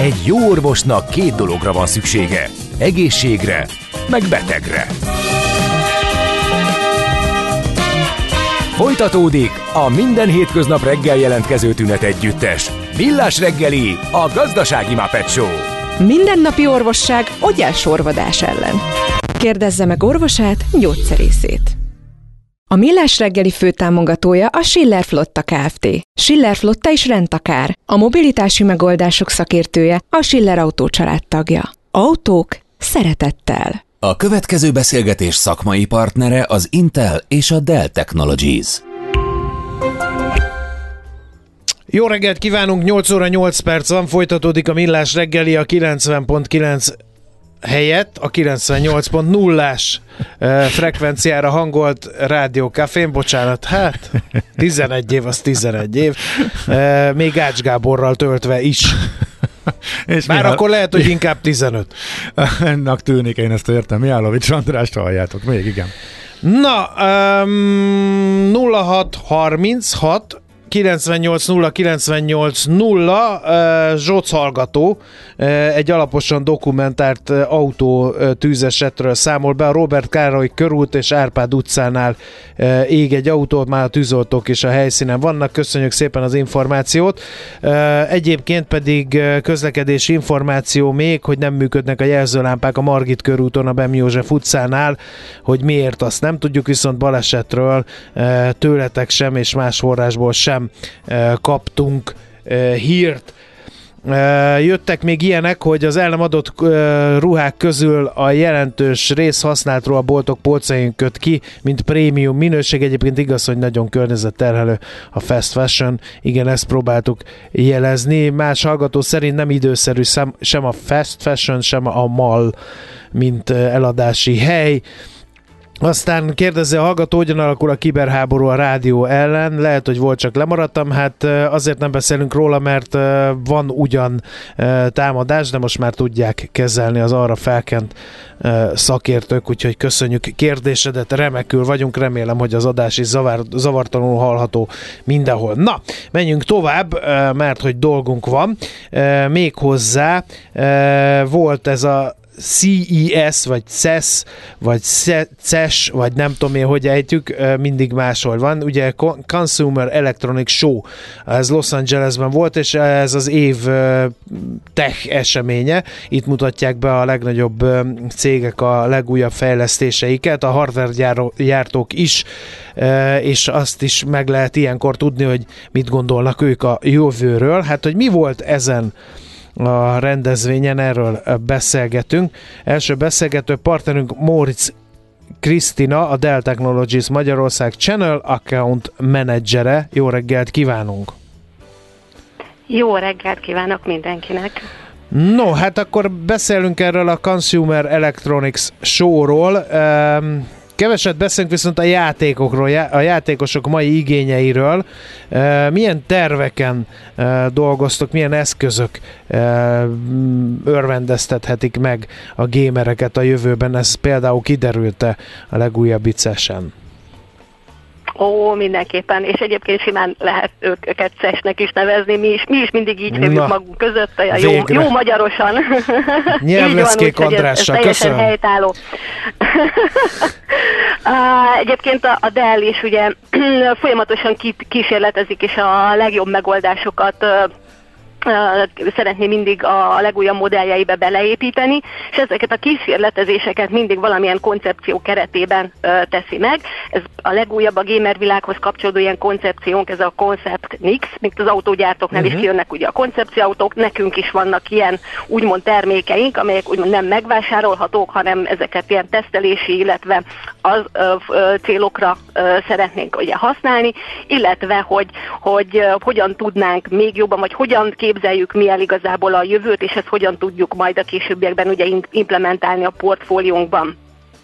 Egy jó orvosnak két dologra van szüksége. Egészségre, meg betegre. Folytatódik a minden hétköznap reggel jelentkező tünet együttes. Millás reggeli, a gazdasági Muppet Show. Mindennapi orvosság ogyásorvadás ellen. Kérdezze meg orvosát, gyógyszerészét. A Millás reggeli főtámogatója a Schiller Flotta Kft. Schiller Flotta is rendtakár. A mobilitási megoldások szakértője, a Schiller Autó család tagja. Autók szeretettel. A következő beszélgetés szakmai partnere az Intel és a Dell Technologies. Jó reggelt kívánunk, 8 óra 8 perc van, folytatódik a Millás reggeli a 90.9 helyett a 98.0-ás frekvenciára hangolt Rádió Cafén, bocsánat, hát 11 év, az 11 év, még Ács Gáborral töltve is. És bár akkor lehet, hogy inkább 15. Ennek tűnik, én ezt értem. Mihálovics Andrást halljátok még, igen. Na, 0636 98.0 Zsoc hallgató egy alaposan dokumentált autó tűzesetről számol be. A Róbert Károly körút és Árpád utcánál ég egy autó, már a tűzoltók is a helyszínen vannak. Köszönjük szépen az információt. Egyébként pedig közlekedési információ még, hogy nem működnek a jelzőlámpák a Margit körúton a Bem József utcánál, hogy miért, azt nem tudjuk, viszont balesetről tőletek sem és más forrásból sem kaptunk hírt. Jöttek még ilyenek, hogy az el nem adott ruhák közül a jelentős rész használt ruhaboltok polcain köt ki, mint prémium minőség. Egyébként igaz, hogy nagyon környezetterhelő a fast fashion. Igen, ezt próbáltuk jelezni. Más hallgató szerint nem időszerű sem a fast fashion, sem a mall, mint eladási hely. Aztán kérdezze a hallgató, hogyan alakul a kiberháború a rádió ellen. Lehet, hogy volt, csak lemaradtam. Hát azért nem beszélünk róla, mert van ugyan támadás, de most már tudják kezelni az arra felkent szakértők, úgyhogy köszönjük kérdésedet, remekül vagyunk, remélem, hogy az adás is zavartalanul hallható mindenhol. Na, menjünk tovább, mert hogy dolgunk van. Méghozzá volt ez a CES, vagy CES, vagy CES, vagy nem tudom én, hogy ejtjük, mindig máshol van. Ugye Consumer Electronics Show, ez Los Angelesben volt, és ez az év tech eseménye. Itt mutatják be a legnagyobb cégek a legújabb fejlesztéseiket, a hardware gyártók is, és azt is meg lehet ilyenkor tudni, hogy mit gondolnak ők a jövőről. Hát, hogy mi volt ezen a rendezvényen, erről beszélgetünk. Első beszélgető partnerünk Móricz Krisztina, a Dell Technologies Magyarország Channel Account Managere. Jó reggelt kívánunk! Jó reggelt kívánok mindenkinek! No, hát akkor beszélünk erről a Consumer Electronics Show-ról. Keveset beszélünk viszont a játékokról, a játékosok mai igényeiről. Milyen terveken dolgoztok, milyen eszközök örvendeztethetik meg a gémereket a jövőben? Ez például kiderült-e a legújabb CES-en? Ó, mindenképpen, és egyébként simán lehet őket CES-nek is nevezni, mi is mindig így hívjuk magunk között, a jó magyarosan. Nyelvleszkék Andrással, köszönöm. Helytálló. Egyébként a Dell is ugye folyamatosan kísérletezik, és a legjobb megoldásokat szeretné mindig a legújabb modelljeibe beleépíteni, és ezeket a kísérletezéseket mindig valamilyen koncepció keretében teszi meg. Ez a legújabb a gamer világhoz kapcsolódó ilyen koncepciónk, ez a Concept Mix, mint az autógyártóknál is jönnek ugye a koncepcióautók, nekünk is vannak ilyen úgymond termékeink, amelyek úgymond nem megvásárolhatók, hanem ezeket ilyen tesztelési, illetve az célokra szeretnénk ugye használni, illetve hogy hogyan tudnánk még jobban, vagy hogyan képzeljük mi el igazából a jövőt, és ezt hogyan tudjuk majd a későbbiekben ugye implementálni a portfóliónkban.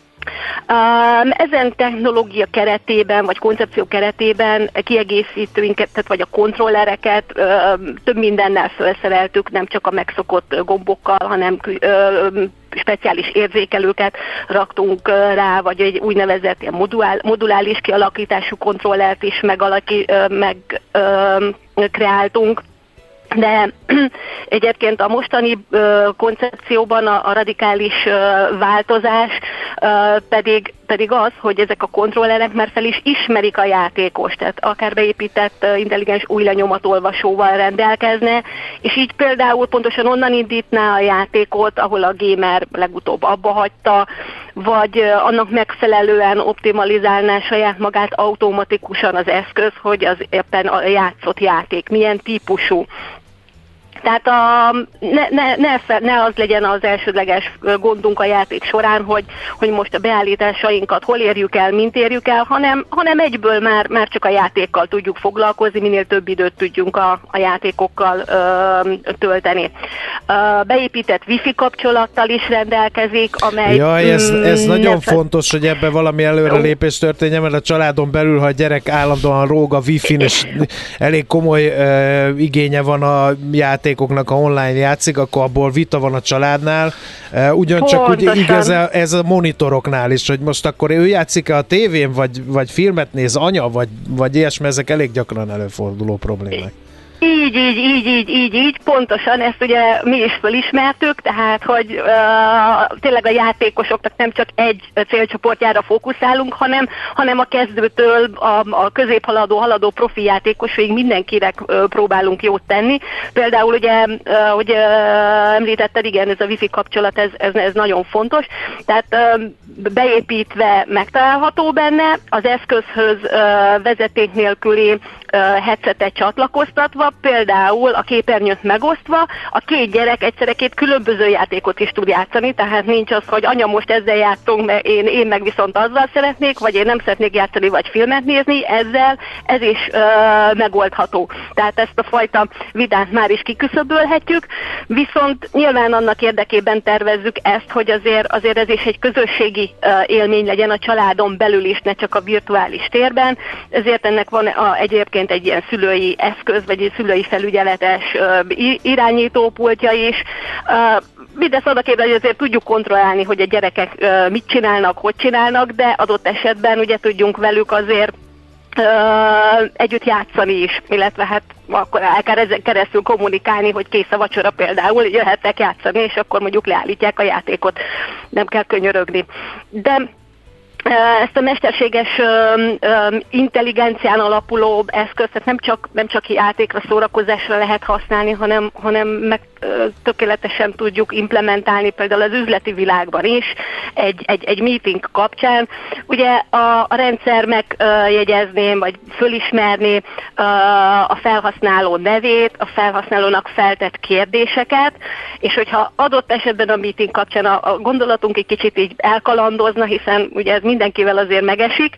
Ezen technológia keretében, vagy koncepció keretében kiegészítőinket, tehát vagy a kontrollereket több mindennel felszereltük, nem csak a megszokott gombokkal, hanem speciális érzékelőket raktunk rá, vagy egy úgynevezett ilyen modulális kialakítású kontrollert is megkreáltunk. De egyébként a mostani koncepcióban a radikális változás pedig az, hogy ezek a kontrollerek már fel is ismerik a játékost, tehát akár beépített intelligens új lenyomatolvasóval rendelkezne, és így például pontosan onnan indítná a játékot, ahol a gamer legutóbb abba hagyta, vagy annak megfelelően optimalizálná saját magát automatikusan az eszköz, hogy az éppen a játszott játék milyen típusú. Tehát ne az legyen az elsődleges gondunk a játék során, hogy most a beállításainkat hol érjük el, mint érjük el, hanem egyből már csak a játékkal tudjuk foglalkozni, minél több időt tudjunk a játékokkal tölteni. Beépített wifi kapcsolattal is rendelkezik, amely... Jaj, ez nagyon fontos, hogy ebben valami előrelépés történjen, mert a családon belül, ha a gyerek állandóan róg a wifi-n, és elég komoly igénye van a játékoknak, ha online játszik, akkor abból vita van a családnál. Ugyancsak ugye igaz ez a monitoroknál is, hogy most akkor ő játszik-e a tévén, vagy filmet néz anya, vagy ilyesmi, ezek elég gyakran előforduló problémák. Így, pontosan, ezt ugye mi is felismertük, tehát, hogy tényleg a játékosoknak nem csak egy célcsoportjára fókuszálunk, hanem a kezdőtől a középhaladó profi játékosig mindenkire próbálunk jót tenni. Például ugye, hogy említetted, igen, ez a wifi kapcsolat, ez nagyon fontos, tehát beépítve megtalálható benne, az eszközhöz vezeték nélküli headsetet csatlakoztatva, például a képernyőt megosztva, a két gyerek egyszerre két különböző játékot is tud játszani, tehát nincs az, hogy anya, most ezzel játszunk, mert én meg viszont azzal szeretnék, vagy én nem szeretnék játszani, vagy filmet nézni, ez is megoldható. Tehát ezt a fajta vitát már is kiküszöbölhetjük, viszont nyilván annak érdekében tervezzük ezt, hogy azért ez is egy közösségi élmény legyen a családon belül is, ne csak a virtuális térben, ezért ennek van egyébként egy ilyen szülői eszköz, vagy egy szülői felügyeletes irányítópultja is. Mindez érdekében, hogy azért tudjuk kontrollálni, hogy a gyerekek mit csinálnak, hogy csinálnak, de adott esetben ugye tudjunk velük azért együtt játszani is, illetve hát akkor el kell ezen keresztül kommunikálni, hogy kész a vacsora például, jöhetnek játszani, és akkor mondjuk leállítják a játékot. Nem kell könyörögni. De ezt a mesterséges intelligencián alapuló eszközt nem csak játékra, szórakozásra lehet használni, hanem tökéletesen tudjuk implementálni például az üzleti világban is, egy meeting kapcsán. Ugye a rendszer megjegyezné, vagy fölismerné a felhasználó nevét, a felhasználónak feltett kérdéseket, és hogyha adott esetben a meeting kapcsán a gondolatunk egy kicsit így elkalandozna, hiszen ugye ez mindenkivel azért megesik,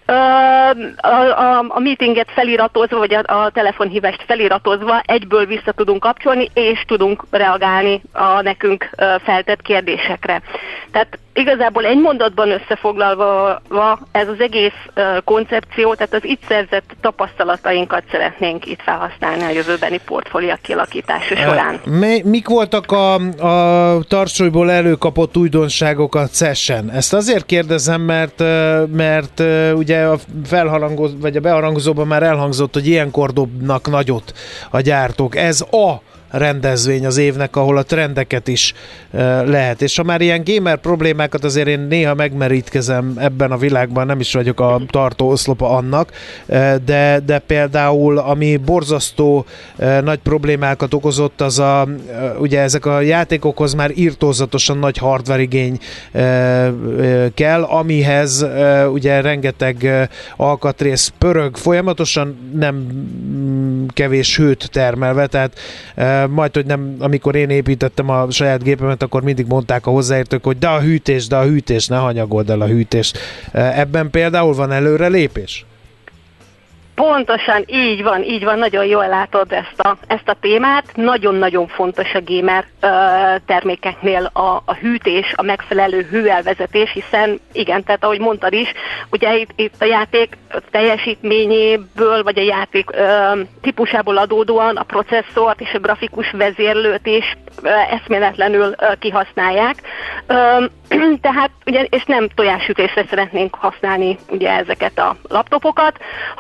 a meetinget feliratozva, vagy a telefonhívást feliratozva egyből vissza tudunk kapcsolni, és tudunk reagálni a nekünk feltett kérdésekre. Tehát igazából egy mondatban összefoglalva ez az egész koncepció, tehát az itt szerzett tapasztalatainkat szeretnénk itt felhasználni a jövőbeni portfólió kialakítása során. Mik voltak a tarsolyból előkapott újdonságok a CES-en? Ezt azért kérdezem, mert ugye a vagy a beharangozóban már elhangzott, hogy ilyenkor dobnak nagyot a gyártók. Ez a rendezvény az évnek, ahol a trendeket is lehet. És ha már ilyen gamer problémákat azért én néha megmerítkezem ebben a világban, nem is vagyok a tartó oszlopa annak, de például ami borzasztó nagy problémákat okozott, az ugye ezek a játékokhoz már irtózatosan nagy hardware igény kell, amihez ugye rengeteg alkatrész pörög folyamatosan, nem kevés hőt termelve, tehát majd, hogy nem, amikor én építettem a saját gépemet, akkor mindig mondták a hozzáértők, hogy de a hűtés, ne hanyagold el a hűtést. Ebben például van előrelépés? Pontosan, így van, nagyon jól látod ezt a témát. Nagyon-nagyon fontos a gamer termékeknél a hűtés, a megfelelő hőelvezetés, hiszen igen, tehát ahogy mondtad is, ugye itt a játék teljesítményéből, vagy a játék típusából adódóan a processzort és a grafikus vezérlőt is eszméletlenül kihasználják. Tehát, ugye, és nem tojásütésre szeretnénk használni ugye ezeket a laptopokat, hanem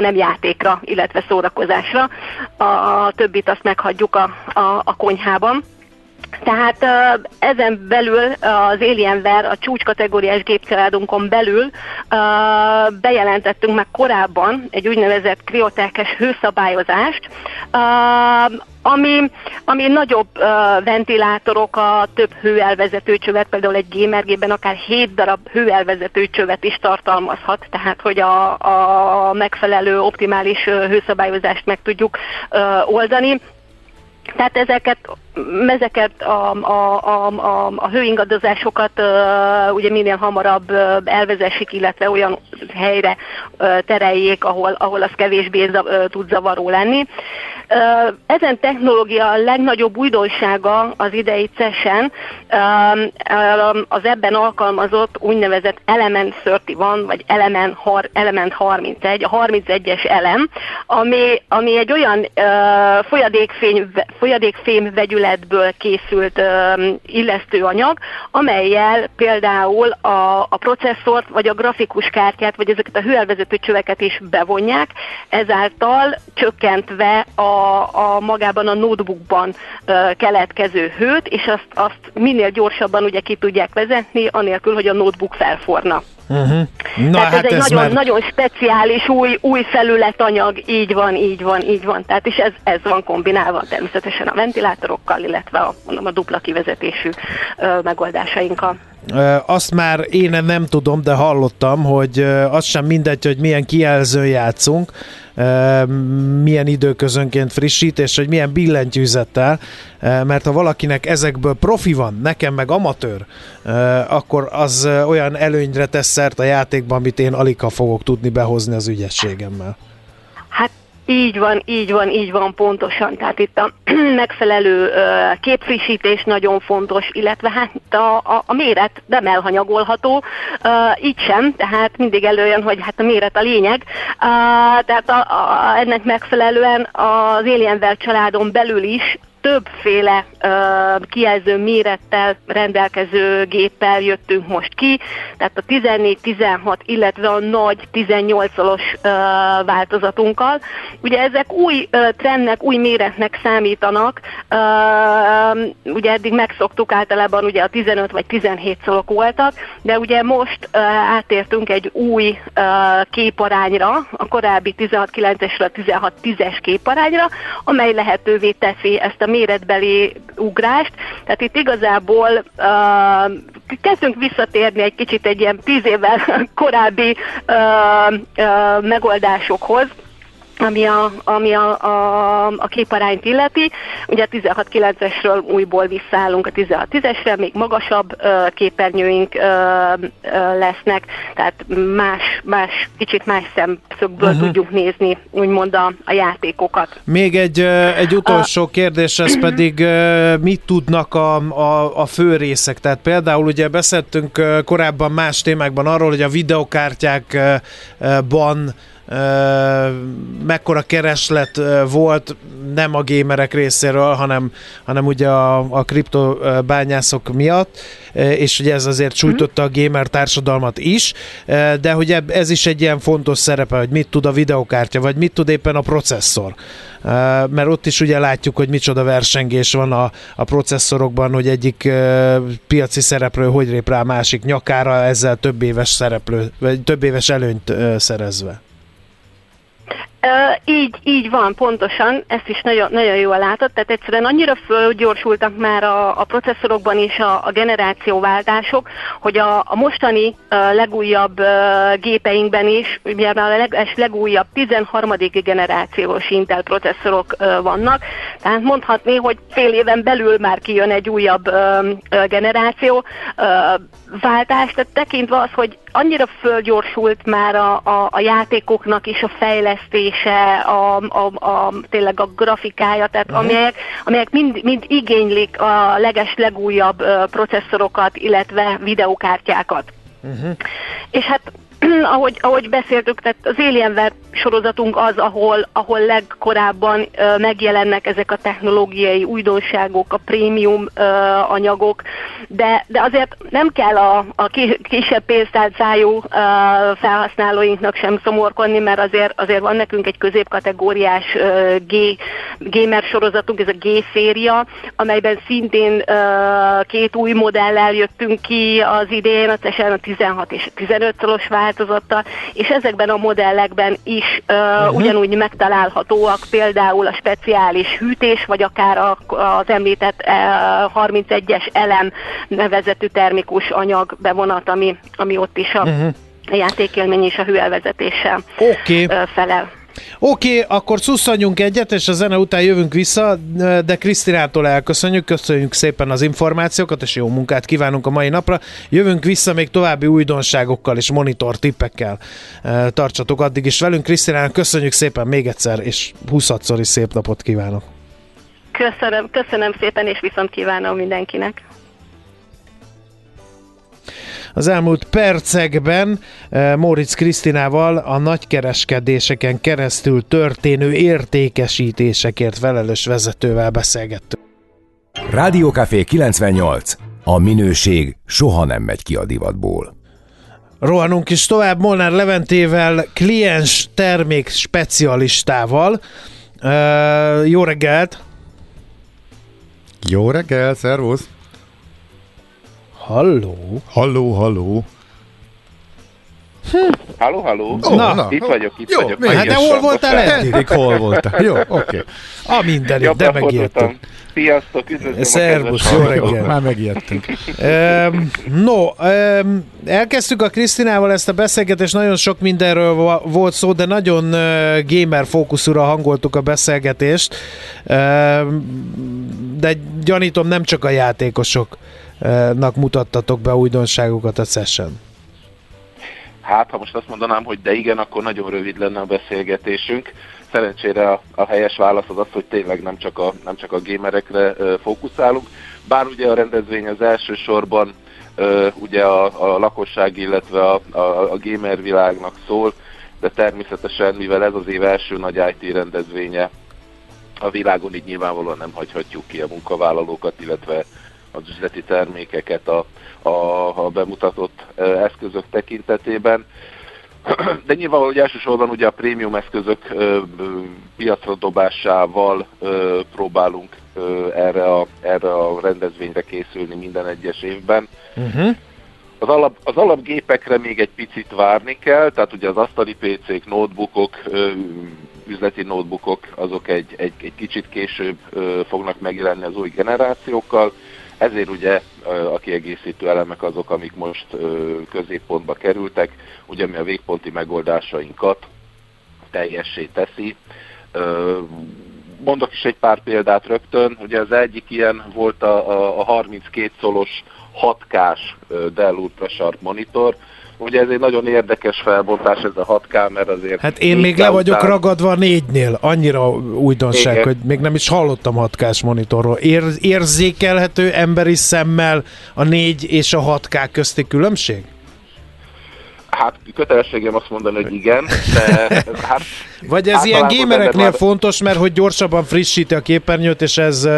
hanem játékra, illetve szórakozásra. A többit azt meghagyjuk a konyhában. Tehát ezen belül az Alienware, a csúcskategóriás gépcsaládunkon belül bejelentettünk meg korábban egy úgynevezett krioteches hőszabályozást, ami nagyobb ventilátorokat, több hőelvezető csövet, például egy gamergében akár 7 darab hőelvezető csövet is tartalmazhat, tehát hogy a megfelelő optimális hőszabályozást meg tudjuk oldani. Tehát ezeket a hőingadozásokat ugye minél hamarabb elvezessék, illetve olyan helyre tereljék, ahol az kevésbé tud zavaró lenni. Ezen technológia legnagyobb újdonsága az idei CES-en az ebben alkalmazott úgynevezett Element 31, vagy Element 31, a 31-es elem, ami egy olyan folyadékfém vegyületből készült illesztőanyag, amellyel például a processzort, vagy a grafikus kártyát, vagy ezeket a hőelvezető csöveket is bevonják, ezáltal csökkentve a magában a notebookban keletkező hőt, és azt minél gyorsabban ugye ki tudják vezetni, anélkül, hogy a notebook felforna. Uh-huh. Tehát ez egy nagyon speciális új felületanyag, így van. Tehát és ez van kombinálva természetesen a ventilátorokkal, illetve a dupla kivezetésű megoldásainkkal. Azt már én nem tudom, de hallottam, hogy az sem mindegy, hogy milyen kijelzőn játszunk, milyen időközönként frissít, és hogy milyen billentyűzettel, mert ha valakinek ezekből profi van, nekem meg amatőr, akkor az olyan előnyre tesz szert a játékban, amit én aligha fogok tudni behozni az ügyességemmel. Hát így van pontosan. Tehát itt a megfelelő képfrissítés nagyon fontos, illetve hát a méret nem elhanyagolható, így sem, tehát mindig előjön, hogy hát a méret a lényeg. Tehát ennek megfelelően az Alienware családon belül is többféle kijelző mérettel rendelkező géppel jöttünk most ki, tehát a 14, 16, illetve a nagy 18-szoros változatunkkal. Ugye ezek új trendnek, új méretnek számítanak, ugye eddig megszoktuk általában, ugye a 15 vagy 17 szolok voltak, de ugye most átértünk egy új képarányra, a korábbi 16:9-esről a 16:10-es képarányra, amely lehetővé teszi ezt a méretbeli ugrást. Tehát itt igazából kezdünk visszatérni egy kicsit egy ilyen 10 évvel korábbi megoldásokhoz, ami a képarányt illeti. Ugye a 16:9-esről újból visszaállunk a 16:10-esre, még magasabb képernyőink lesznek, tehát kicsit más szemszögből tudjuk nézni, úgymond a játékokat. Még egy utolsó kérdés, ez pedig mit tudnak a fő részek? Tehát például ugye beszéltünk korábban más témákban arról, hogy a videokártyákban mekkora kereslet volt, nem a gémerek részéről, hanem ugye a kriptobányászok miatt, és ugye ez azért sújtotta a gamer társadalmat is, de hogy ez is egy ilyen fontos szerepe, hogy mit tud a videokártya, vagy mit tud éppen a processzor. Mert ott is ugye látjuk, hogy micsoda versengés van a processzorokban, hogy egyik piaci szereplő hogy lép rá a másik nyakára, ezzel több éves előnyt szerezve. Így van, pontosan, ezt is nagyon, nagyon jól látod, tehát egyszerűen annyira fölgyorsultak már a processzorokban is a generációváltások, hogy a mostani legújabb gépeinkben is, ugye a legújabb 13. generációs Intel processzorok vannak, tehát mondhatni, hogy fél éven belül már kijön egy újabb generáció váltás, tehát tekintve az, hogy annyira fölgyorsult már a játékoknak is a fejlesztése, tényleg a grafikája, tehát amelyek mind igénylik a legújabb processzorokat, illetve videokártyákat. És hát ahogy beszéltük, tehát az Alienware sorozatunk az, ahol legkorábban megjelennek ezek a technológiai újdonságok, a prémium anyagok, de azért nem kell a kisebb pénztárcájú felhasználóinknak sem szomorkodni, mert azért van nekünk egy középkategóriás gamer sorozatunk, ez a G-széria, amelyben szintén 2 új modellel jöttünk ki az idén, a 16 és a 15 szoros változattal, és ezekben a modellekben is ugyanúgy megtalálhatóak például a speciális hűtés, vagy akár az említett 31-es elem nevezetű termikus anyag bevonat, ami ott is a játékélmény és a hőelvezetéssel felel. Oké, akkor szusszanjunk egyet, és a zene után jövünk vissza, de Krisztinától köszönjük szépen az információkat, és jó munkát kívánunk a mai napra. Jövünk vissza még további újdonságokkal és monitor tippekkel. Tartsatok addig is velünk. Krisztinának köszönjük szépen még egyszer, és 20-szor is szép napot kívánok. Köszönöm szépen, és viszont kívánom mindenkinek. Az elmúlt percekben Móricz Krisztinával a nagykereskedéseken keresztül történő értékesítésekért felelős vezetővel beszélgettünk. Rádiókafé 98. A minőség soha nem megy ki a divatból. Rohanunk is tovább Molnár Leventével, kliens termék specialistával. Jó reggelt! Jó reggel, szervusz! Halló! Halló, halló! Halló! Na, itt vagyok. Hát de hol voltál eddig? Hol voltál? Jó, oké. Mindenit, de megijedtünk. Sziasztok, üdvözlöm. Szervusz, jó reggel. Már megijedtünk. Elkezdtük a Krisztinával ezt a beszélgetést, nagyon sok mindenről volt szó, de nagyon gamer fókuszúra hangoltuk a beszélgetést, de gyanítom nem csak a játékosoknak mutattatok be újdonságokat a Session. Hát, ha most azt mondanám, hogy de igen, akkor nagyon rövid lenne a beszélgetésünk. Szerencsére a helyes válasz az, hogy tényleg nem csak a gamerekre fókuszálunk. Bár ugye a rendezvény az elsősorban ugye a lakosság, illetve a gamer világnak szól, de természetesen, mivel ez az év első nagy IT rendezvénye a világon, így nyilvánvalóan nem hagyhatjuk ki a munkavállalókat, illetve az üzleti termékeket a bemutatott eszközök tekintetében. De nyilvánvaló, hogy elsősorban ugye a prémium eszközök piacra dobásával próbálunk erre a rendezvényre készülni minden egyes évben. Az alapgépekre még egy picit várni kell, tehát ugye az asztali PC-k, notebookok, üzleti notebookok, azok egy kicsit később fognak megjelenni az új generációkkal. Ezért ugye a kiegészítő elemek azok, amik most középpontba kerültek, ugye ami a végponti megoldásainkat teljessé teszi. Mondok is egy pár példát rögtön, ugye az egyik ilyen volt a 32 szolos 6K-s Dell Ultrasharp monitor. Ugye ez egy nagyon érdekes felbontás, ez a 6K, mert azért... Hát én még le vagyok ragadva a 4-nél, annyira újdonság, igen, hogy még nem is hallottam 6K-s monitorról. Érzékelhető emberi szemmel a 4 és a 6K közti különbség? Hát kötelességem azt mondani, hogy igen, de... Hát, vagy ez ilyen gamereknél fontos, mert hogy gyorsabban frissíti a képernyőt, és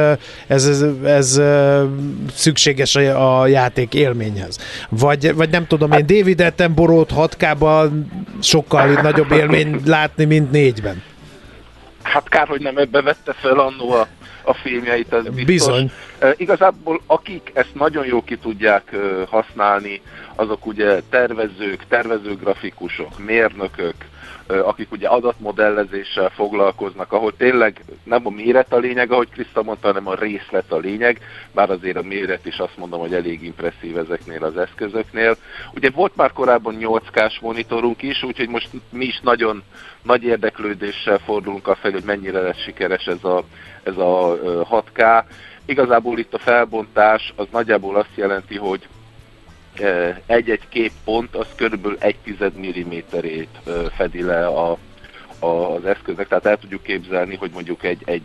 ez szükséges a játék élményhez. Vagy nem tudom én, David Attenborough 6K-ban sokkal nagyobb élmény látni, mint 4-ben. Hát kár, hogy nem ebbe vette fel annó a filmjeit, ez biztos. Bizony. Igazából akik ezt nagyon jól ki tudják használni, azok ugye tervezőgrafikusok, mérnökök, akik ugye adatmodellezéssel foglalkoznak, ahol tényleg nem a méret a lényeg, ahogy Kriszta mondta, hanem a részlet a lényeg, bár azért a méret is azt mondom, hogy elég impresszív ezeknél az eszközöknél. Ugye volt már korábban 8K-s monitorunk is, úgyhogy most mi is nagyon nagy érdeklődéssel fordulunk afelé, hogy mennyire lesz sikeres ez a 6K. Igazából itt a felbontás az nagyjából azt jelenti, hogy egy-egy képpont az körülbelül 1/10 milliméterét fedi le az eszköznek, tehát el tudjuk képzelni, hogy mondjuk egy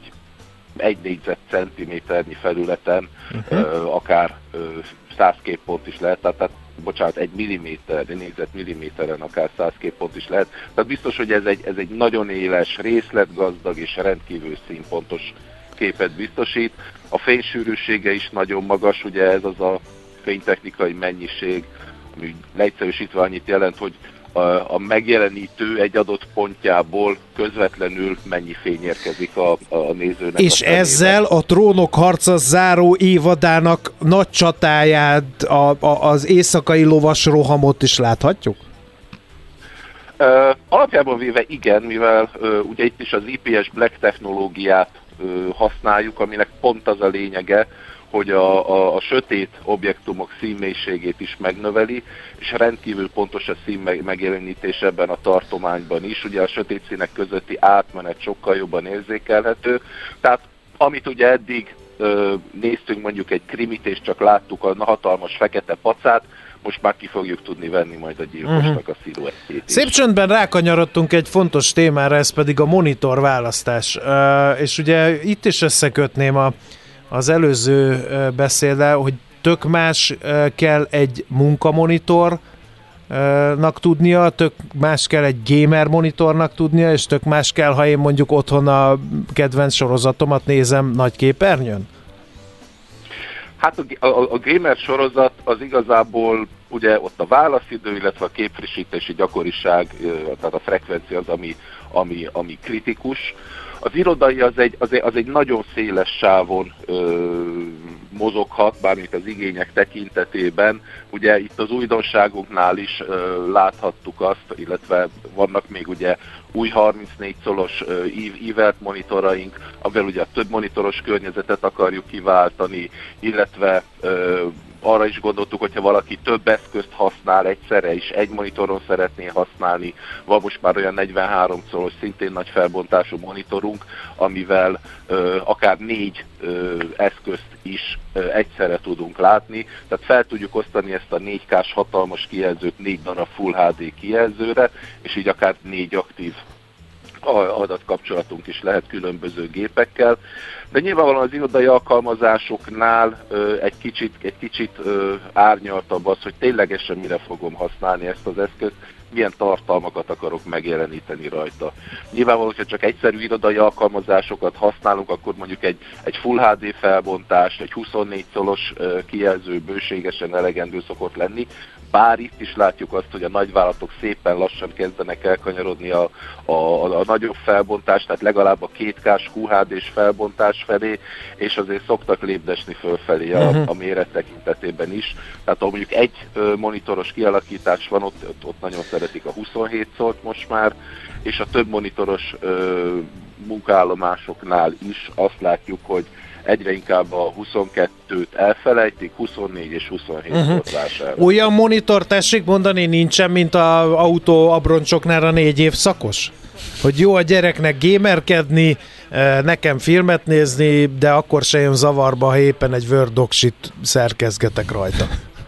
négyzetcentiméternyi felületen akár 100 képpont is lehet, tehát egy négyzetmilliméteren akár 100 képpont is lehet. Tehát biztos, hogy ez egy nagyon éles, részletgazdag és rendkívül színpontos képet biztosít. A fénysűrűsége is nagyon magas, ugye ez az a fénytechnikai mennyiség, ami leegyszerűsítve annyit jelent, hogy a megjelenítő egy adott pontjából közvetlenül mennyi fény érkezik a nézőnek. És ezzel a Trónok harca záró évadának nagy csatáját, az éjszakai lovas rohamot is láthatjuk? Alapjában véve igen, mivel ugye itt is az IPS Black technológiát használjuk, aminek pont az a lényege, hogy a sötét objektumok színmélységét is megnöveli, és rendkívül pontos a szín megjelenítés ebben a tartományban is. Ugye a sötét színek közötti átmenet sokkal jobban érzékelhető. Tehát amit ugye eddig néztünk mondjuk egy krimit, és csak láttuk a hatalmas fekete pacát, most már ki fogjuk tudni venni majd a gyilkosnak a sziluettjét. Szép csöndben rákanyarodtunk egy fontos témára, ez pedig a monitor választás. És ugye itt is összekötném az előző beszéddel, hogy tök más kell egy munkamonitornak tudnia, tök más kell egy gamer monitornak tudnia, és tök más kell, ha én mondjuk otthon a kedvenc sorozatomat nézem nagy képernyőn? Hát a gamer sorozat az igazából ugye ott a válaszidő, illetve a képfrissítési gyakoriság, tehát a frekvencia az, ami kritikus. Az irodai az egy nagyon széles sávon mozoghat, bármint az igények tekintetében. Ugye itt az újdonságunknál is láthattuk azt, illetve vannak még ugye új 34 colos ívelt monitoraink, amivel ugye a több monitoros környezetet akarjuk kiváltani, illetve arra is gondoltuk, hogyha valaki több eszközt használ egyszerre és egy monitoron szeretné használni, van most már olyan 43 colos, szintén nagy felbontású monitorunk, amivel akár 4 eszközt is egyszerre tudunk látni, tehát fel tudjuk osztani ezt a 4K-s hatalmas kijelzőt 4 darab Full HD kijelzőre, és így akár 4 aktív adatkapcsolatunk is lehet különböző gépekkel, de nyilvánvalóan az irodai alkalmazásoknál egy kicsit árnyaltabb az, hogy ténylegesen mire fogom használni ezt az eszközt, milyen tartalmakat akarok megjeleníteni rajta. Nyilvánvalóan, hogyha csak egyszerű irodai alkalmazásokat használunk, akkor mondjuk egy Full HD felbontás, egy 24 colos kijelző bőségesen elegendő szokott lenni, bár itt is látjuk azt, hogy a nagyvállalatok szépen lassan kezdenek elkanyarodni a nagyobb felbontás, tehát legalább a 2K-s QHD-s felbontás felé, és azért szoktak lépdesni fölfelé a méret tekintetében is. Tehát ahol mondjuk egy monitoros kialakítás van, ott nagyon szeretik a 27 colt most már, és a több monitoros munkaállomásoknál is azt látjuk, hogy egyre inkább a 22-t elfelejtik, 24 és 27 volt vásárolni. Olyan monitor, tessék mondani, nincsen, mint az autó abroncsoknál a 4 évszakos? Hogy jó a gyereknek gamerkedni, nekem filmet nézni, de akkor se jön zavarba, ha éppen egy Word docsit szerkezgetek rajta.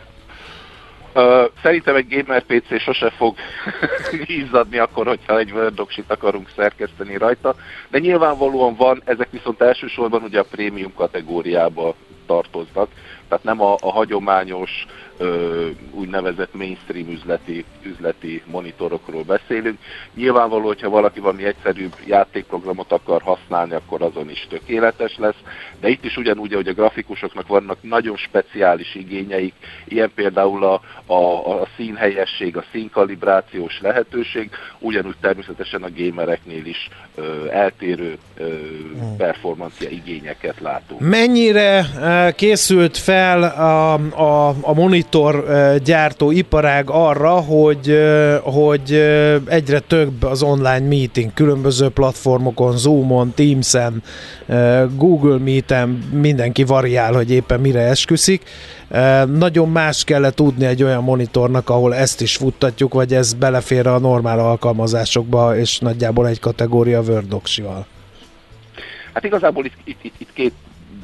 Szerintem egy gamer PC sose fog izzadni akkor, hogyha egy Word docsit akarunk szerkeszteni rajta, de nyilvánvalóan van, ezek viszont elsősorban ugye a prémium kategóriába tartoznak, tehát nem a hagyományos úgynevezett mainstream üzleti monitorokról beszélünk. Nyilvánvaló, hogyha valaki valami egyszerűbb játékprogramot akar használni, akkor azon is tökéletes lesz, de itt is ugyanúgy, hogy a grafikusoknak vannak nagyon speciális igényeik, ilyen például a színhelyesség, a színkalibrációs lehetőség, ugyanúgy természetesen a gamereknél is eltérő performancia igényeket látunk. Mennyire készült fel a monitor gyártó iparág arra, hogy egyre több az online meeting, különböző platformokon, Zoomon, Teamsen, Google Meeten, mindenki variál, hogy éppen mire esküszik. Nagyon más kellett tudni egy olyan monitornak, ahol ezt is futtatjuk, vagy ez belefér a normál alkalmazásokba, és nagyjából egy kategória Word doksival. Hát igazából itt két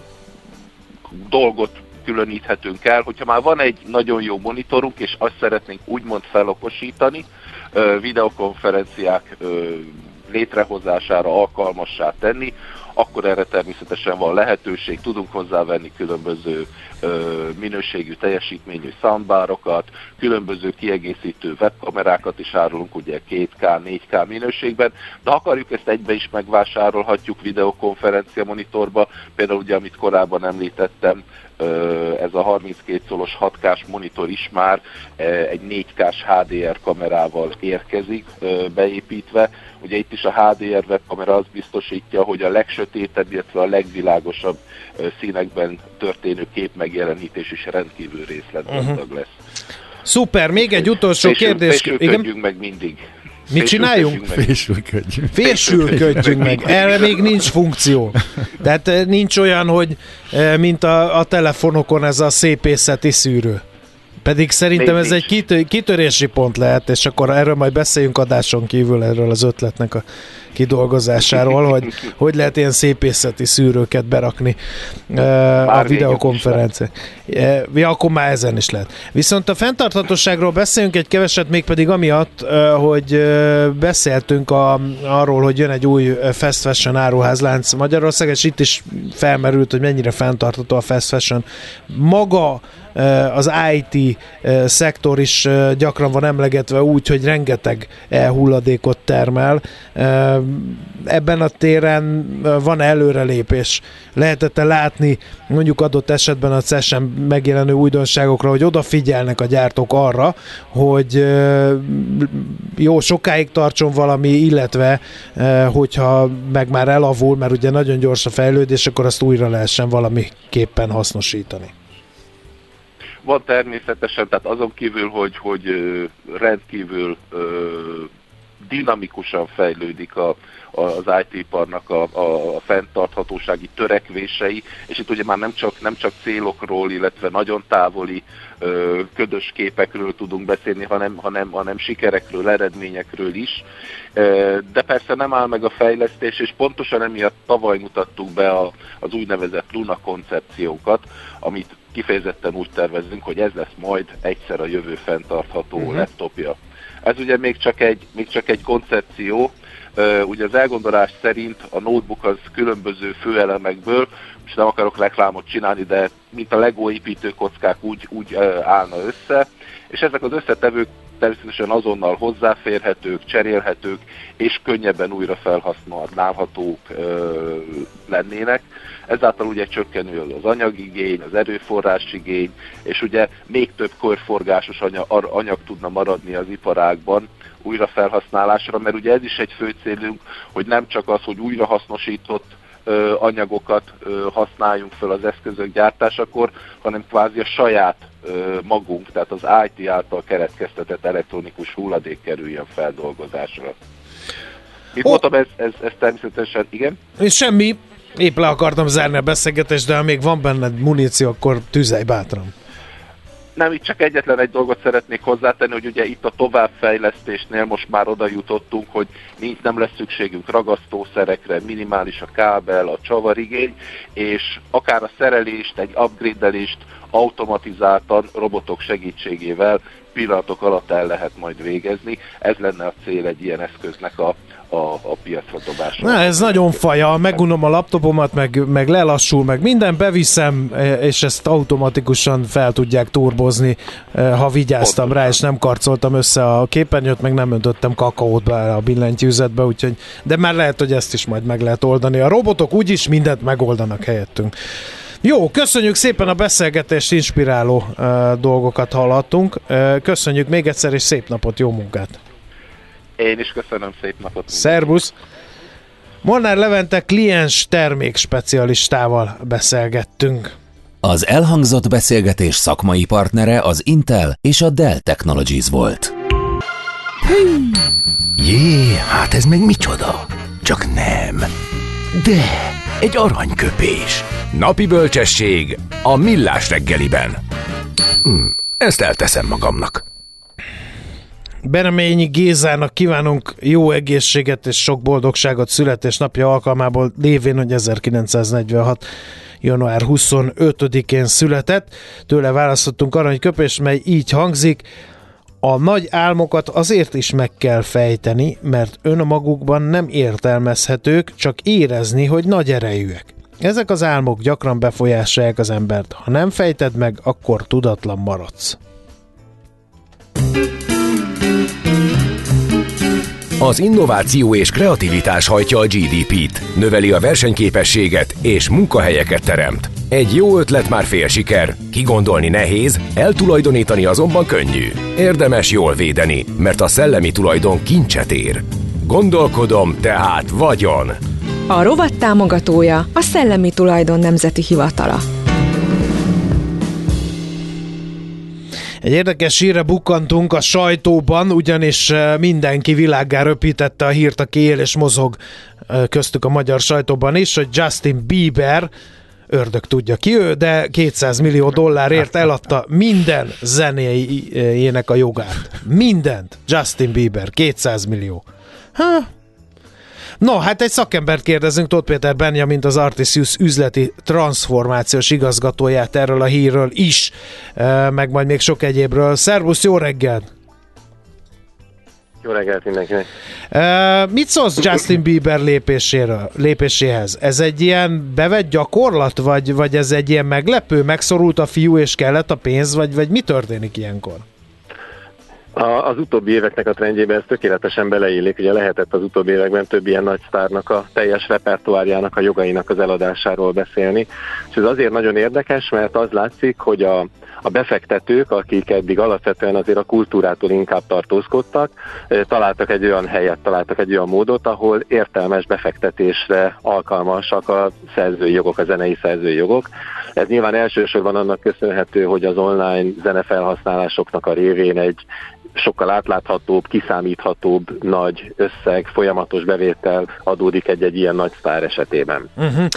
dolgot különíthetünk el, hogyha már van egy nagyon jó monitorunk, és azt szeretnénk úgymond felokosítani, videokonferenciák létrehozására alkalmassá tenni, akkor erre természetesen van lehetőség, tudunk hozzávenni különböző minőségű, teljesítményű soundbarokat, különböző kiegészítő webkamerákat is árulunk, ugye 2K, 4K minőségben, de ha akarjuk ezt egybe is megvásárolhatjuk videokonferencia monitorba, például ugye, amit korábban említettem, ez a 32 szolos 6K-s monitor is már egy 4K-s HDR kamerával érkezik beépítve. Ugye itt is a HDR webkamera azt biztosítja, hogy a legsötétebb, illetve a legvilágosabb színekben történő képmegjelenítés is rendkívül részletgazdag lesz. Szuper, még egy utolsó kérdés. Fésülködjünk meg mindig. Mit csináljunk? Fésülködjünk meg. Erre még nincs funkció. Tehát nincs olyan, hogy mint a telefonokon ez a szépészeti szűrő. Pedig szerintem ez egy kitörési pont lehet, és akkor erről majd beszéljünk adáson kívül, erről az ötletnek a kidolgozásáról, hogy lehet ilyen szépészeti szűrőket berakni a videokonferencián. Ja, akkor már ezen is lehet. Viszont a fenntarthatóságról beszéljünk egy keveset, mégpedig amiatt, hogy beszéltünk arról, hogy jön egy új fast fashion áruházlánc Magyarország, és itt is felmerült, hogy mennyire fenntartható a fast fashion. Maga az IT szektor is gyakran van emlegetve úgy, hogy rengeteg hulladékot termel. Ebben a téren van előrelépés. Lehetett látni mondjuk adott esetben a CES-en megjelenő újdonságokra, hogy odafigyelnek a gyártók arra, hogy jó sokáig tartson valami, illetve hogyha meg már elavul, mert ugye nagyon gyors a fejlődés, akkor azt újra lehessen valamiképpen hasznosítani. Van természetesen, tehát azon kívül, hogy rendkívül dinamikusan fejlődik az IT-iparnak a fenntarthatósági törekvései, és itt ugye már nem csak célokról, illetve nagyon távoli ködös képekről tudunk beszélni, hanem sikerekről, eredményekről is. De persze nem áll meg a fejlesztés, és pontosan emiatt tavaly mutattuk be az úgynevezett Luna koncepciókat, amit kifejezetten úgy tervezünk, hogy ez lesz majd egyszer a jövő fenntartható laptopja. Ez ugye még csak egy koncepció, ugye az elgondolás szerint a notebook az különböző főelemekből, most nem akarok reklámot csinálni, de mint a Lego építőkockák úgy állna össze, és ezek az összetevők természetesen azonnal hozzáférhetők, cserélhetők, és könnyebben újra felhasználhatók lennének. Ezáltal ugye csökkenő az anyagigény, az erőforrásigény, és ugye még több körforgásos anyag tudna maradni az iparágban újra felhasználásra, mert ugye ez is egy fő célunk, hogy nem csak az, hogy újrahasznosított anyagokat használjunk fel az eszközök gyártásakor, hanem kvázi a saját magunk, tehát az IT által keletkeztetett elektronikus hulladék kerüljön feldolgozásra. Mit mondtam, ez természetesen, igen? Semmi, épp le akartam zárni a beszélgetést, de ha még van benned muníció, akkor tüzelj bátran. Nem, itt csak egyetlen egy dolgot szeretnék hozzátenni, hogy ugye itt a továbbfejlesztésnél most már oda jutottunk, hogy nem lesz szükségünk ragasztószerekre, minimális a kábel, a csavarigény, és akár a szerelést, egy upgrade-elést automatizáltan robotok segítségével pillanatok alatt el lehet majd végezni. Ez lenne a cél egy ilyen eszköznek a piacra dobásra. Na, ez nagyon faja, megunom a laptopomat, meg lelassul, meg minden beviszem, és ezt automatikusan fel tudják turbozni, ha vigyáztam rá, és nem karcoltam össze a képernyőt, meg nem öntöttem kakaót be a billentyűzetbe, úgyhogy, de már lehet, hogy ezt is majd meg lehet oldani. A robotok úgyis mindent megoldanak helyettünk. Jó, köszönjük szépen a beszélgetést, inspiráló dolgokat hallhattunk. Köszönjük még egyszer, és szép napot, jó munkát! Én is köszönöm, szép napot! Szerbusz! Molnár Levente kliens termékspecialistával beszélgettünk. Az elhangzott beszélgetés szakmai partnere az Intel és a Dell Technologies volt. Jé, hát ez meg micsoda? Csak nem. De, egy aranyköpés. Napi bölcsesség a Millás reggeliben. Ezt elteszem magamnak. Bereményi Gézának kívánunk jó egészséget és sok boldogságot születésnapja alkalmából, lévén, hogy 1946. január 25-én született. Tőle választottunk aranyköpést, mely így hangzik: A nagy álmokat azért is meg kell fejteni, mert önmagukban nem értelmezhetők, csak érezni, hogy nagy erejűek. Ezek az álmok gyakran befolyásolják az embert. Ha nem fejted meg, akkor tudatlan maradsz. Az innováció és kreativitás hajtja a GDP-t, növeli a versenyképességet és munkahelyeket teremt. Egy jó ötlet már fél siker, kigondolni nehéz, eltulajdonítani azonban könnyű. Érdemes jól védeni, mert a szellemi tulajdon kincset ér. Gondolkodom, tehát vagyon! A rovat támogatója a Szellemi Tulajdon Nemzeti Hivatala. Egy érdekes hírre bukkantunk a sajtóban, ugyanis mindenki világgá röpítette a hírt, aki él és mozog köztük a magyar sajtóban is, hogy Justin Bieber, ördög tudja ki ő, de $200 millió eladta minden zenéjének a jogát. Mindent. Justin Bieber, 200 millió. No, hát egy szakembert kérdezünk, Tóth Péter Benjamint, az Artisius üzleti transformációs igazgatóját erről a hírről is, meg majd még sok egyébről. Szervusz, jó reggelt! Jó reggelt mindenkinek! Mit szólsz Justin Bieber lépéséhez? Ez egy ilyen bevett gyakorlat, vagy ez egy ilyen meglepő? Megszorult a fiú és kellett a pénz, vagy mi történik ilyenkor? Az utóbbi éveknek a trendjében ez tökéletesen beleillik, ugye lehetett az utóbbi években több ilyen nagy sztárnak a teljes repertoárjának, a jogainak az eladásáról beszélni. És ez azért nagyon érdekes, mert az látszik, hogy a befektetők, akik eddig alapvetően azért a kultúrától inkább tartózkodtak, találtak egy olyan helyet, találtak egy olyan módot, ahol értelmes befektetésre alkalmasak a szerzői jogok, a zenei szerzői jogok. Ez nyilván elsősorban annak köszönhető, hogy az online zenefelhasználásoknak a révén egy sokkal átláthatóbb, kiszámíthatóbb nagy összeg, folyamatos bevétel adódik egy ilyen nagy sztár esetében.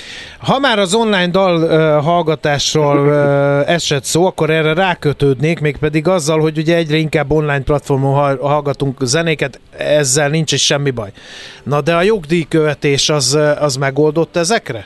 Ha már az online dal hallgatásról esett szó, akkor erre rákötődnék, mégpedig azzal, hogy ugye egyre inkább online platformon hallgatunk zenéket, ezzel nincs is semmi baj. Na de a jogdíjkövetés az megoldott ezekre?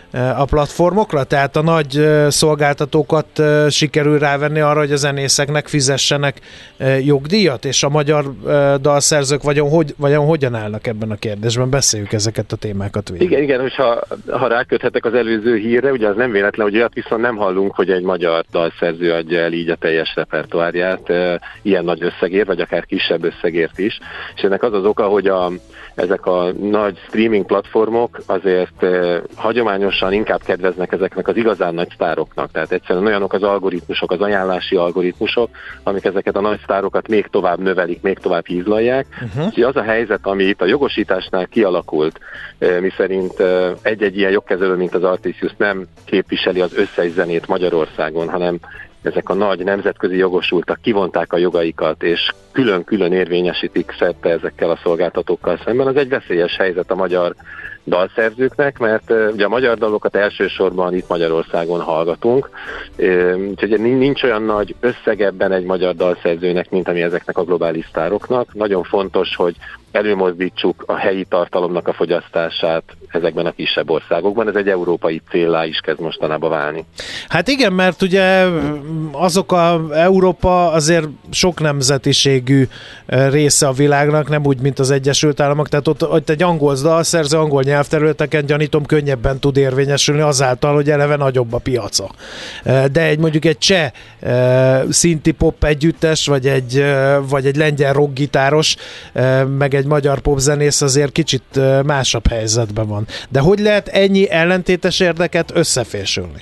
A platformokra? Tehát a nagy szolgáltatókat sikerül rávenni arra, hogy a zenészeknek fizessenek jogdíjat, és a magyar dalszerzők vajon hogyan állnak ebben a kérdésben? Beszéljük ezeket a témákat végig. Igen, és ha ráköthetek az előző hírre, ugye az nem véletlen, hogy olyat viszont nem hallunk, hogy egy magyar dalszerző adja el így a teljes repertoárját ilyen nagy összegért, vagy akár kisebb összegért is. És ennek az az oka, hogy ezek a nagy streaming platformok azért hagyományosan inkább kedveznek ezeknek az igazán nagy sztároknak. Tehát egyszerűen olyanok az algoritmusok, az ajánlási algoritmusok, amik ezeket a nagy sztárokat még tovább növelik, még tovább hízlalják. Úgyhogy az a helyzet, ami itt a jogosításnál kialakult, miszerint egy-egy ilyen jogkezelő, mint az Artisius nem képviseli az összes zenét Magyarországon, hanem ezek a nagy nemzetközi jogosultak kivonták a jogaikat, és külön-külön érvényesítik szerte ezekkel a szolgáltatókkal szemben. Az egy veszélyes helyzet a magyar dalszerzőknek, mert ugye a magyar dalokat elsősorban itt Magyarországon hallgatunk, úgyhogy nincs olyan nagy összeg ebben egy magyar dalszerzőnek, mint ami ezeknek a globális sztároknak. Nagyon fontos, hogy előmozdítsuk a helyi tartalomnak a fogyasztását ezekben a kisebb országokban. Ez egy európai céllá is kezd mostanában válni. Hát igen, mert ugye Európa azért sok nemzetiségű része a világnak, nem úgy, mint az Egyesült Államok, tehát ott egy angol dalszerző angol nyelvterületeken gyanítom könnyebben tud érvényesülni azáltal, hogy eleve nagyobb a piaca. De mondjuk egy cseh szinti pop együttes, vagy egy lengyel rockgitáros, meg egy magyar popzenész azért kicsit másabb helyzetben van. De hogy lehet ennyi ellentétes érdeket összefésülni?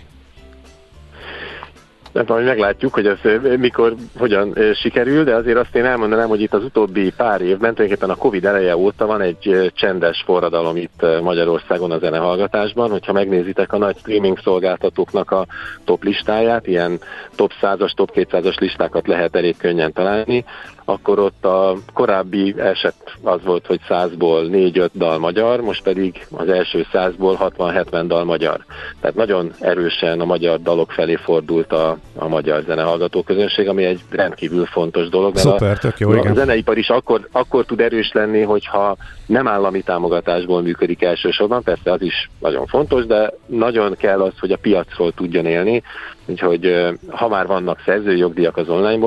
Nem tudom, hogy meglátjuk, hogy ez hogyan sikerül, de azért azt én elmondanám, hogy itt az utóbbi pár évben, tulajdonképpen a Covid eleje óta van egy csendes forradalom itt Magyarországon a zenehallgatásban. Hogyha megnézitek a nagy streaming szolgáltatóknak a top listáját, ilyen top 100-as, top 200-as listákat lehet elég könnyen találni, akkor ott a korábbi eset az volt, hogy 100-ból 4-5 dal magyar, most pedig az első 100-ból 60-70 dal magyar. Tehát nagyon erősen a magyar dalok felé fordult a magyar zenehallgató közönség, ami egy rendkívül fontos dolog. Szuper, tök jó, igen. A zeneipar is akkor tud erős lenni, hogyha nem állami támogatásból működik elsősorban, persze az is nagyon fontos, de nagyon kell az, hogy a piacról tudjon élni, úgyhogy ha már vannak szerzői jogdíjak az onlineból,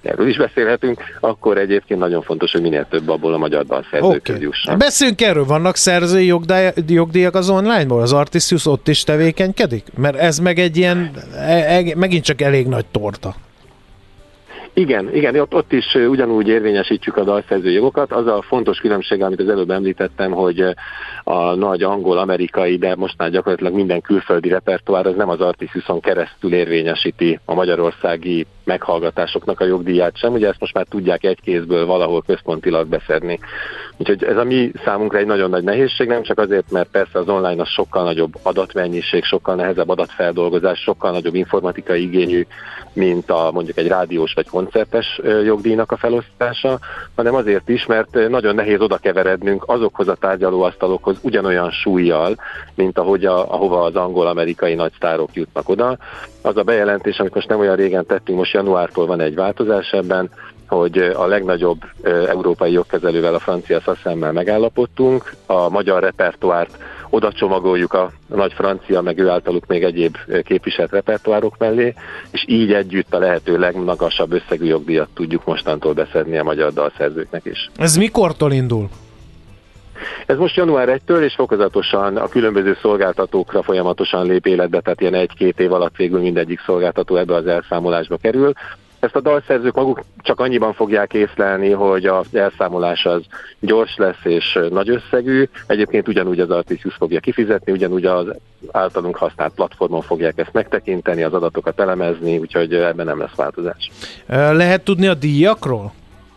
erről is beszélhetünk, akkor egyébként nagyon fontos, hogy minél több abból a magyar dalszerzőkhöz jusson. Beszéljünk erről, vannak szerzői jogdíjak az online-ból? Az Artisius ott is tevékenykedik? Mert ez meg egy ilyen, megint csak elég nagy torta. Igen, ott is ugyanúgy érvényesítjük a dalszerző jogokat. Az a fontos különbség, amit az előbb említettem, hogy a nagy angol-amerikai, de most már gyakorlatilag minden külföldi repertoár az nem az Artisiuson keresztül érvényesíti a magyarországi meghallgatásoknak a jogdíját sem. Ugye ezt most már tudják egy kézből valahol központilag beszedni. Úgyhogy ez a mi számunkra egy nagyon nagy nehézség, nem csak azért, mert persze az online az sokkal nagyobb adatmennyiség, sokkal nehezebb adatfeldolgozás, sokkal nagyobb informatikai igényű, mint mondjuk egy rádiós vagy koncertes jogdíjnak a felosztása, hanem azért is, mert nagyon nehéz oda keverednünk azokhoz a tárgyalóasztalokhoz ugyanolyan súlyjal, mint ahova az angol-amerikai nagy sztárok jutnak oda. Az a bejelentés, amit most nem olyan régen tettünk, most januártól van egy változás ebben, hogy a legnagyobb európai jogkezelővel, a francia SACEM-mel megállapodtunk, a magyar repertoárt oda csomagoljuk a nagy francia, meg ő általuk még egyéb képviselt repertoárok mellé, és így együtt a lehető legmagasabb összegű jogdíjat tudjuk mostantól beszedni a magyar dalszerzőknek is. Ez mikortól indul? Ez most január 1-től, és fokozatosan a különböző szolgáltatókra folyamatosan lép életbe, tehát ilyen 1-2 év alatt végül mindegyik szolgáltató ebbe az elszámolásba kerül. Ezt a dalszerzők maguk csak annyiban fogják észlelni, hogy az elszámolás az gyors lesz és nagy összegű. Egyébként ugyanúgy az Artisius fogja kifizetni, ugyanúgy az általunk használt platformon fogják ezt megtekinteni, az adatokat elemezni, úgyhogy ebben nem lesz változás. Lehet tudni a díjakról?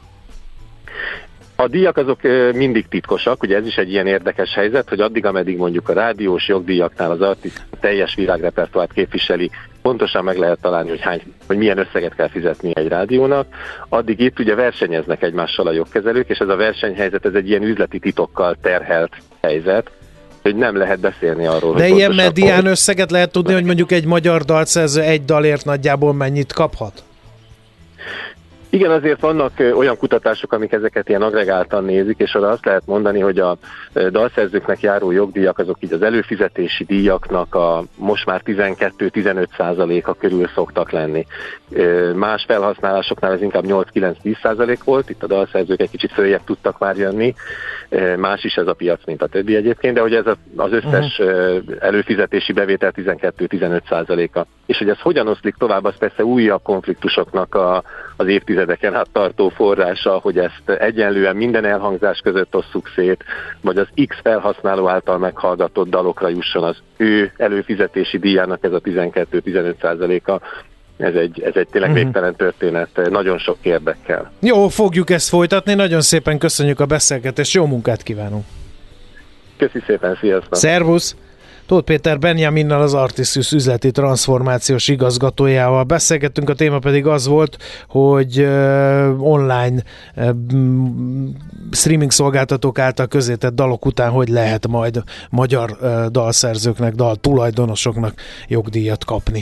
A díjak azok mindig titkosak, ugye ez is egy ilyen érdekes helyzet, hogy addig, ameddig mondjuk a rádiós jogdíjaknál az artist teljes világrepertoárt képviseli, pontosan meg lehet találni, hogy milyen összeget kell fizetni egy rádiónak, addig itt ugye versenyeznek egymással a jogkezelők, és ez a versenyhelyzet, ez egy ilyen üzleti titokkal terhelt helyzet, hogy nem lehet beszélni arról, de hogy ilyen medián összeget lehet tudni, hogy mondjuk egy magyar dalszerző egy dalért nagyjából mennyit kaphat? Igen, azért vannak olyan kutatások, amik ezeket ilyen agregáltan nézik, és arra azt lehet mondani, hogy a dalszerzőknek járó jogdíjak, azok így az előfizetési díjaknak a most már 12-15%-a körül szoktak lenni. Más felhasználásoknál ez inkább 8-9-10% volt, itt a dalszerzők egy kicsit följebb tudtak már jönni, más is ez a piac, mint a többi egyébként, de hogy ez az összes előfizetési bevétel 12-15%-a. És hogy ez hogyan oszlik tovább, az persze újabb konfliktusoknak az évtizedeken át tartó forrása, hogy ezt egyenlően minden elhangzás között osszuk szét, vagy az X felhasználó által meghallgatott dalokra jusson az ő előfizetési díjának ez a 12-15%-a. Ez egy tényleg végtelen történet, nagyon sok érdekkel. Jó, fogjuk ezt folytatni, nagyon szépen köszönjük a beszélgetést, jó munkát kívánunk! Köszi szépen, sziasztok! Szervusz! Tóth Péter Benjaminnal, az Artisius üzleti transformációs igazgatójával beszélgettünk, a téma pedig az volt, hogy online streaming szolgáltatók által közzétett dalok után hogy lehet majd magyar dalszerzőknek, daltulajdonosoknak jogdíjat kapni.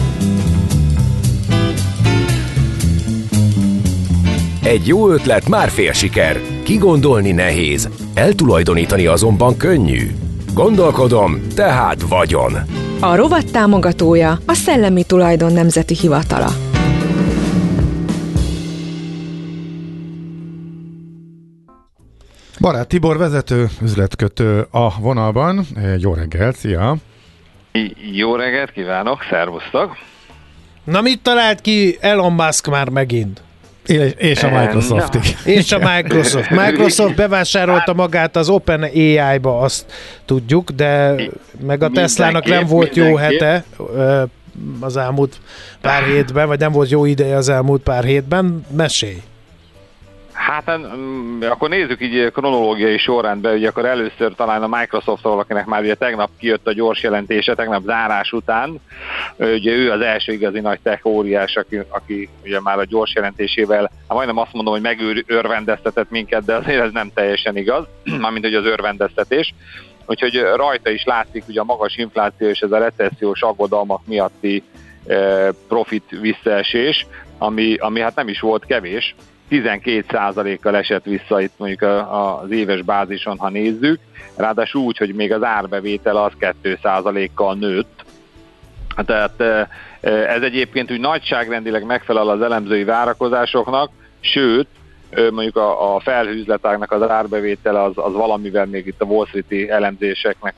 Egy jó ötlet már fél siker. Kigondolni nehéz, eltulajdonítani azonban könnyű. Gondolkodom, tehát vagyon. A rovat támogatója a Szellemi Tulajdon Nemzeti Hivatala. Barát Tibor vezető, üzletkötő a vonalban. Jó reggelt, szia! Jó reggelt kívánok, szervusztok! Na mit talált ki Elon Musk már megint? És a Microsoft is. És a Microsoft. Microsoft bevásárolta magát az OpenAI-ba, azt tudjuk, de meg a Teslának nem volt jó hete az elmúlt pár hétben, vagy nem volt jó ideje az elmúlt pár hétben. Mesélj! Hát akkor nézzük így kronológiai sorrendben, ugye akkor először talán a Microsoft-tól, akinek már ugye tegnap kijött a gyors jelentése, tegnap zárás után, ugye ő az első igazi nagy tech óriás, aki ugye már a gyors jelentésével, hát majdnem azt mondom, hogy megörvendeztetett minket, de azért ez nem teljesen igaz, mármint hogy az örvendeztetés. Úgyhogy rajta is látszik ugye a magas infláció és ez a recessziós aggodalmak miatti profit visszaesés, ami hát nem is volt kevés. 12%-kal esett vissza itt mondjuk az éves bázison, ha nézzük. Ráadásul úgy, hogy még az árbevétel az 2%-kal nőtt. Tehát ez egyébként úgy nagyságrendileg megfelel az elemzői várakozásoknak, sőt, mondjuk a felhőzletágnak az árbevétele az valamivel még itt a Wall Street-i elemzéseknek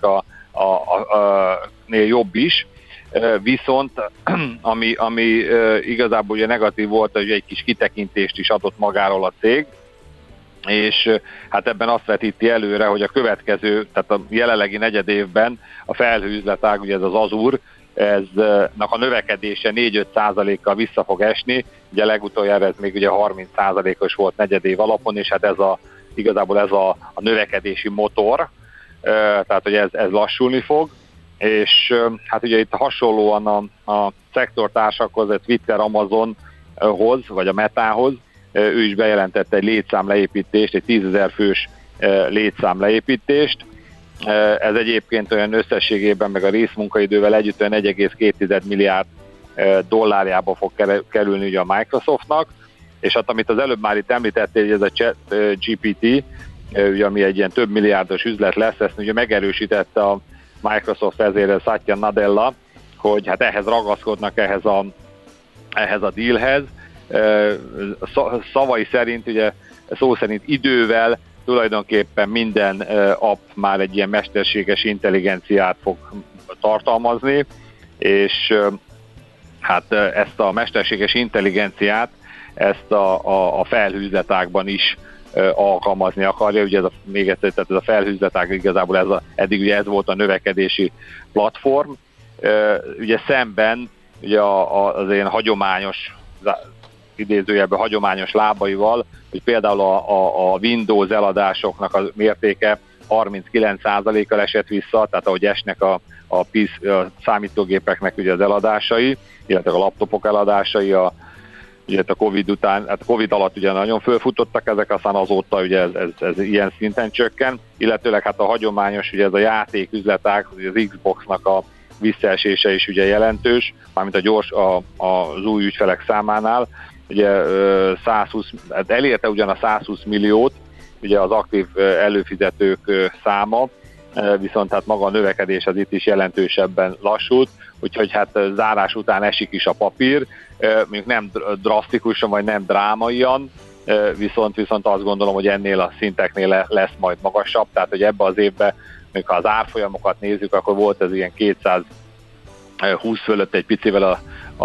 nél jobb is, viszont ami igazából ugye negatív volt, hogy egy kis kitekintést is adott magáról a cég, és hát ebben azt vetíti előre, hogy a következő, tehát a jelenlegi negyedévben a felhőzletág, ugye ez az Azure, eznek a növekedése 4-5%-kal vissza fog esni, ugye legutoljára ez még ugye 30%-os volt negyedév alapon, és hát igazából ez a növekedési motor, tehát hogy ez lassulni fog, és hát ugye itt hasonlóan a szektortársakhoz, a Twitter, Amazonhoz, vagy a Metához, ő is bejelentette egy létszámleépítést, egy 10 000 fős létszámleépítést. Ez egyébként olyan összességében, meg a részmunkaidővel együtt olyan 1,2 milliárd dollárjába fog kerülni ugye a Microsoftnak, és hát amit az előbb már itt említettél, hogy ez a ChatGPT, ugye, ami egy ilyen több milliárdos üzlet lesz, ezt ugye megerősítette a Microsoft vezére Satya Nadella, hogy hát ehhez ragaszkodnak ehhez a dealhez. Szavai szerint, ugye szó szerint idővel tulajdonképpen minden app már egy ilyen mesterséges intelligenciát fog tartalmazni, és hát ezt a mesterséges intelligenciát ezt a felhőzletágban is alkalmazni akarja. Ugye még egyszer, tehát ez a felhőzletág igazából eddig ugye ez volt a növekedési platform. Ugye szemben ugye az ilyen hagyományos, idézőjelben hagyományos lábaival, hogy például a Windows eladásoknak a mértéke 39%-kal esett vissza, tehát ahogy esnek a számítógépeknek ugye az eladásai, illetve a laptopok eladásai, ugye a Covid után, hát a Covid alatt ugye nagyon fölfutottak ezek, aztán azóta ugye ez ilyen szinten csökken, illetőleg hát a hagyományos, ugye ez a játéküzletág, az Xboxnak a visszaesése is ugye jelentős, mármint az új ügyfelek számánál, ugye 120, hát elérte ugyan a 120 milliót, ugye az aktív előfizetők száma, viszont hát maga a növekedés az itt is jelentősebben lassult, úgyhogy hát zárás után esik is a papír, mondjuk nem drasztikusan, vagy nem drámaian, viszont azt gondolom, hogy ennél a szinteknél lesz majd magasabb, tehát hogy ebbe az évben, ha az árfolyamokat nézzük, akkor volt ez ilyen 220 fölött egy picivel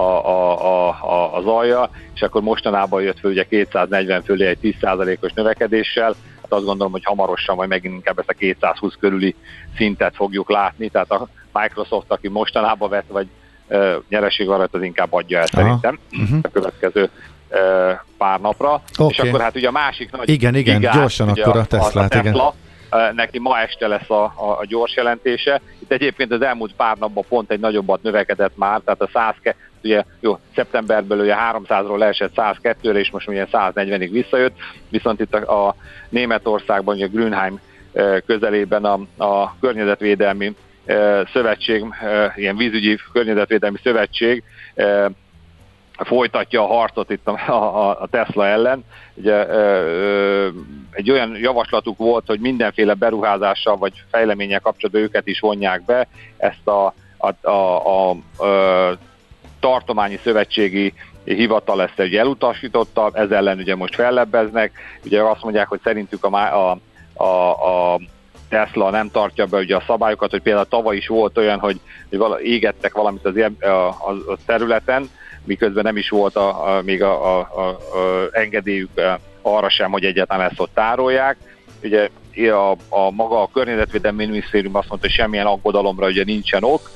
az alja, és akkor mostanában jött föl ugye 240 fölé egy 10%-os növekedéssel, hát azt gondolom, hogy hamarosan majd megint inkább ezt a 220 körüli szintet fogjuk látni, tehát a Microsoft, aki mostanában vett, vagy nyereség arra, az inkább adja el szerintem a következő pár napra. Okay. És akkor hát ugye a másik nagy igen, gyorsan akkor a Teslát, neki ma este lesz a gyors jelentése. Itt egyébként az elmúlt pár napban pont egy nagyobbat növekedett már, tehát a 102, ugye jó, szeptemberből ugye 300-ról leesett 102-re, és most ugye 140-ig visszajött, viszont itt a Németországban, ugye Grünheim közelében a környezetvédelmi szövetség, ilyen vízügyi környezetvédelmi szövetség folytatja a harcot itt a Tesla ellen. Ugye, egy olyan javaslatuk volt, hogy mindenféle beruházással vagy fejleménnyel kapcsolatban őket is vonják be, ezt a tartományi szövetségi hivatal ezt ugye elutasította, ez ellen ugye most fellebbeznek, ugye azt mondják, hogy szerintük a Tesla nem tartja be ugye a szabályokat, hogy például tavaly is volt olyan, hogy égettek valamit a területen, miközben nem is volt még a engedélyük arra sem, hogy egyáltalán ezt ott tárolják. Ugye maga a Környezetvédelmi Minisztérium azt mondta, hogy semmilyen aggodalomra ugye nincsen ok.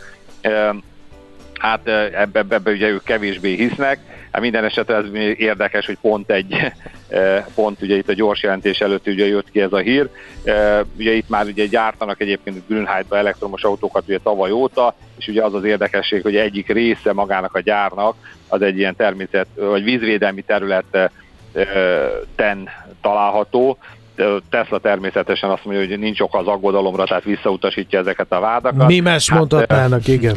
Hát ebbe ugye ők kevésbé hisznek. Hát minden esetre ez érdekes, hogy pont ugye itt a gyors jelentés előtt ugye jött ki ez a hír. Ugye itt már ugye gyártanak egyébként Grünheimba elektromos autókat ugye tavaly óta, és ugye az érdekesség, hogy egyik része magának a gyárnak az egy ilyen természet vagy vízvédelmi területen található. Tesla természetesen azt mondja, hogy nincs oka az aggodalomra, tehát visszautasítja ezeket a vádakat. Mi más mondhatnának, igen.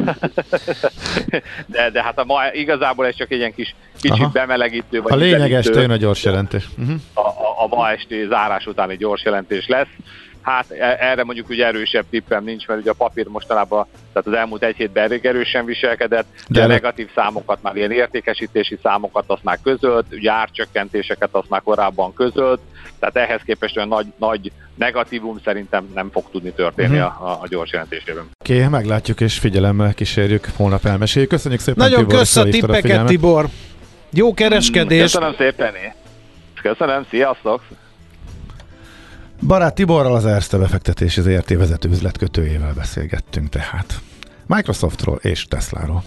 De hát igazából ez csak egy ilyen kicsit bemelegítő. Vagy a lényeg este jön a gyors jelentés. A ma esti zárás utáni gyors jelentés lesz. Hát erre mondjuk ugye erősebb tippem nincs, mert ugye a papír mostanában, tehát az elmúlt egy hétben elég erősen viselkedett, de a negatív számokat már, ilyen értékesítési számokat azt már közölt, ugye árcsökkentéseket azt már korábban közölt, tehát ehhez képest olyan nagy negatívum szerintem nem fog tudni történni a gyors jelentésében. Oké, meglátjuk és figyelemmel kísérjük, holnap elmeséljük. Köszönjük szépen, nagyon Tibor. Nagyon kösz a tippeket, Tibor. Jó kereskedést. Köszönöm szépen. Köszönöm, sziasztok. Barát Tiborral, az Erste befektetési ZRT vezető üzletkötőjével beszélgettünk tehát Microsoftról és Tesláról.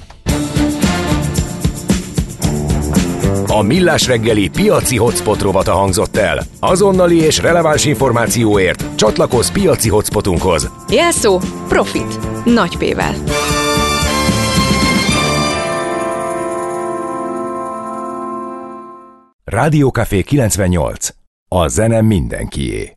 A Millás reggeli piaci hotspot rovata hangzott el. Azonnali és releváns információért csatlakozz piaci hotspotunkhoz. Jelszó Profit. Nagy P-vel. Rádiókafé 98. A zene mindenkié.